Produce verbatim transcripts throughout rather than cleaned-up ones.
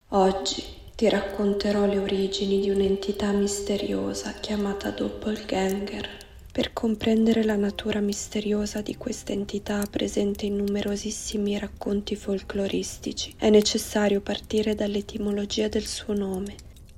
Oggi ti racconterò le origini di un'entità misteriosa chiamata Doppelganger. Per comprendere la natura misteriosa di questa entità presente in numerosissimi racconti folcloristici, è necessario partire dall'etimologia del suo nome.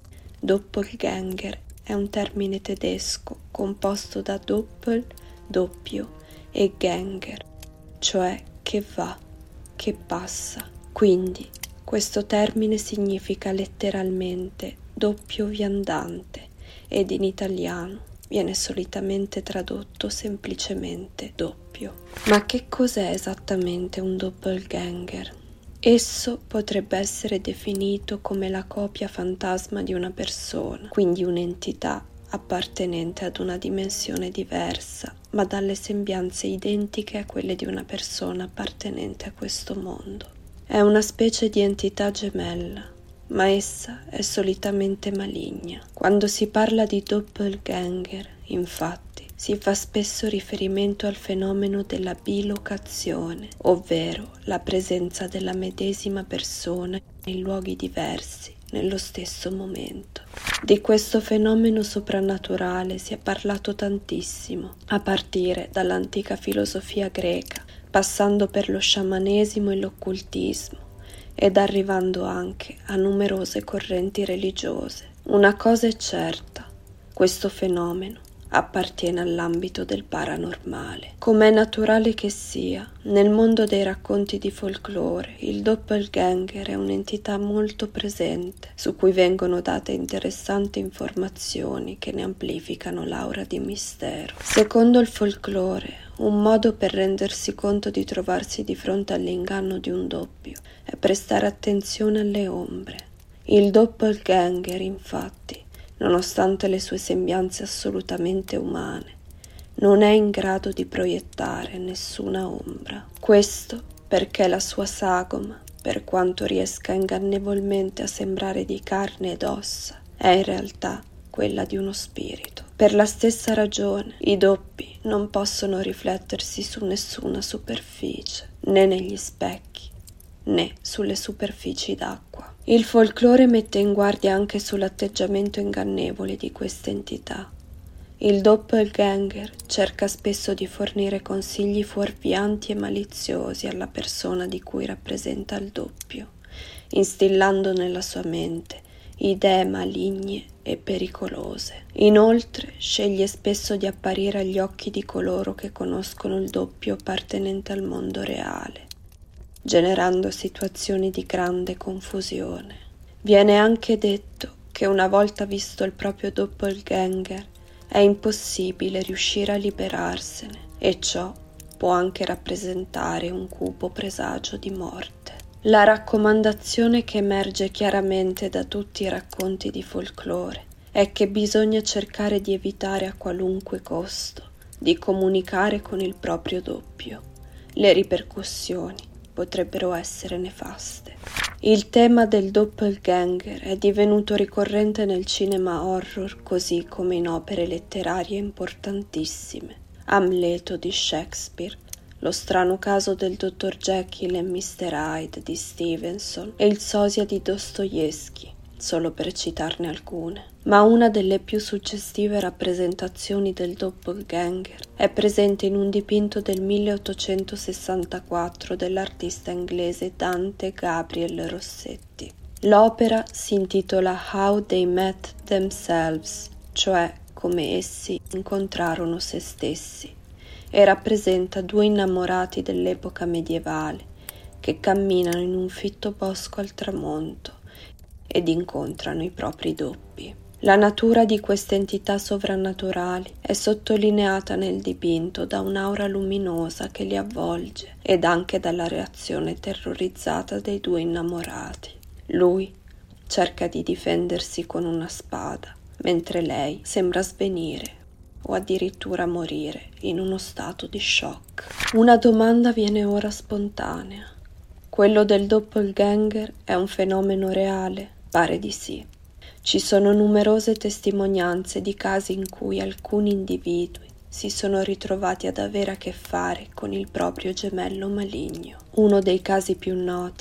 Doppelganger è un termine tedesco composto da Doppel, doppio, e Ganger, cioè che va, che passa. Quindi questo termine significa letteralmente doppio viandante ed in italiano viene solitamente tradotto semplicemente doppio. Ma che cos'è esattamente un doppelganger? Esso potrebbe essere definito come la copia fantasma di una persona, quindi un'entità appartenente ad una dimensione diversa, ma dalle sembianze identiche a quelle di una persona appartenente a questo mondo. È una specie di entità gemella, ma essa è solitamente maligna. Quando si parla di doppelganger, infatti, si fa spesso riferimento al fenomeno della bilocazione, ovvero la presenza della medesima persona in luoghi diversi nello stesso momento. Di questo fenomeno soprannaturale si è parlato tantissimo, a partire dall'antica filosofia greca, passando per lo sciamanesimo e l'occultismo, ed arrivando anche a numerose correnti religiose. Una cosa è certa, questo fenomeno appartiene all'ambito del paranormale. Com'è naturale che sia, nel mondo dei racconti di folklore, il doppelganger è un'entità molto presente, su cui vengono date interessanti informazioni che ne amplificano l'aura di mistero. Secondo il folklore, un modo per rendersi conto di trovarsi di fronte all'inganno di un doppio è prestare attenzione alle ombre. Il doppelganger, infatti, nonostante le sue sembianze assolutamente umane, non è in grado di proiettare nessuna ombra. Questo perché la sua sagoma, per quanto riesca ingannevolmente a sembrare di carne ed ossa, è in realtà quella di uno spirito. Per la stessa ragione, i doppi non possono riflettersi su nessuna superficie, né negli specchi, né sulle superfici d'acqua. Il folklore mette in guardia anche sull'atteggiamento ingannevole di questa entità. Il doppelganger cerca spesso di fornire consigli fuorvianti e maliziosi alla persona di cui rappresenta il doppio, instillando nella sua mente idee maligne e pericolose. Inoltre sceglie spesso di apparire agli occhi di coloro che conoscono il doppio appartenente al mondo reale, generando situazioni di grande confusione. Viene anche detto che una volta visto il proprio doppelganger è impossibile riuscire a liberarsene e ciò può anche rappresentare un cupo presagio di morte. La raccomandazione che emerge chiaramente da tutti i racconti di folklore è che bisogna cercare di evitare a qualunque costo di comunicare con il proprio doppio. Le ripercussioni potrebbero essere nefaste. Il tema del doppelganger è divenuto ricorrente nel cinema horror, così come in opere letterarie importantissime. Amleto di Shakespeare, Lo strano caso del dottor Jekyll e mister Hyde di Stevenson e Il sosia di Dostoevsky, solo per citarne alcune. Ma una delle più suggestive rappresentazioni del doppelganger è presente in un dipinto del milleottocentosessantaquattro dell'artista inglese Dante Gabriel Rossetti. L'opera si intitola How They Met Themselves, cioè come essi incontrarono se stessi, e rappresenta due innamorati dell'epoca medievale che camminano in un fitto bosco al tramonto ed incontrano i propri doppi. La natura di queste entità sovrannaturali è sottolineata nel dipinto da un'aura luminosa che li avvolge ed anche dalla reazione terrorizzata dei due innamorati. Lui cerca di difendersi con una spada, mentre lei sembra svenire o addirittura morire in uno stato di shock. Una domanda viene ora spontanea. Quello del doppelganger è un fenomeno reale? Pare di sì. Ci sono numerose testimonianze di casi in cui alcuni individui si sono ritrovati ad avere a che fare con il proprio gemello maligno. Uno dei casi più noti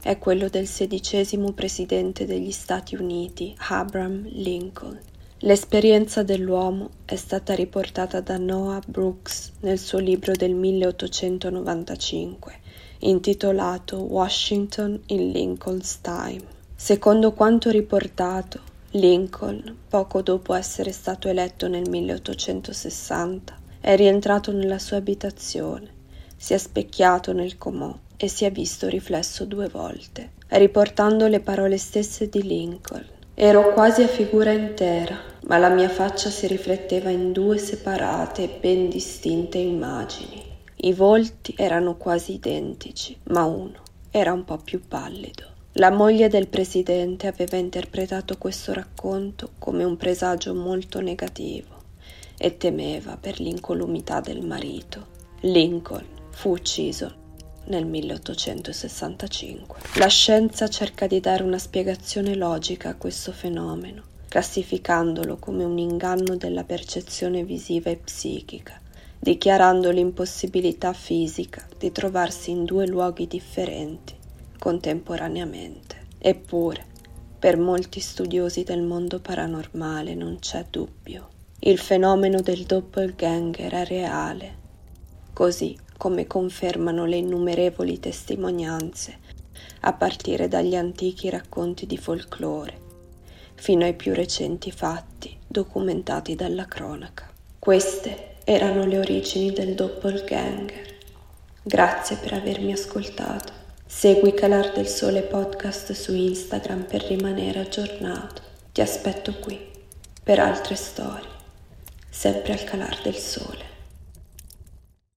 è quello del sedicesimo presidente degli Stati Uniti, Abraham Lincoln. L'esperienza dell'uomo è stata riportata da Noah Brooks nel suo libro del milleottocentonovantacinque, intitolato Washington in Lincoln's Time. Secondo quanto riportato, Lincoln, poco dopo essere stato eletto nel milleottocentosessanta, è rientrato nella sua abitazione, si è specchiato nel comò e si è visto riflesso due volte, riportando le parole stesse di Lincoln. Ero quasi a figura intera, ma la mia faccia si rifletteva in due separate e ben distinte immagini. I volti erano quasi identici, ma uno era un po' più pallido. La moglie del presidente aveva interpretato questo racconto come un presagio molto negativo e temeva per l'incolumità del marito. Lincoln fu ucciso nel milleottocentosessantacinque. La scienza cerca di dare una spiegazione logica a questo fenomeno, classificandolo come un inganno della percezione visiva e psichica, dichiarando l'impossibilità fisica di trovarsi in due luoghi differenti contemporaneamente. Eppure, per molti studiosi del mondo paranormale non c'è dubbio. Il fenomeno del doppelganger è reale, così come confermano le innumerevoli testimonianze, a partire dagli antichi racconti di folklore, fino ai più recenti fatti documentati dalla cronaca. Queste erano le origini del doppelganger. Grazie per avermi ascoltato. Segui Calar del Sole Podcast su Instagram per rimanere aggiornato. Ti aspetto qui per altre storie, sempre al calar del sole.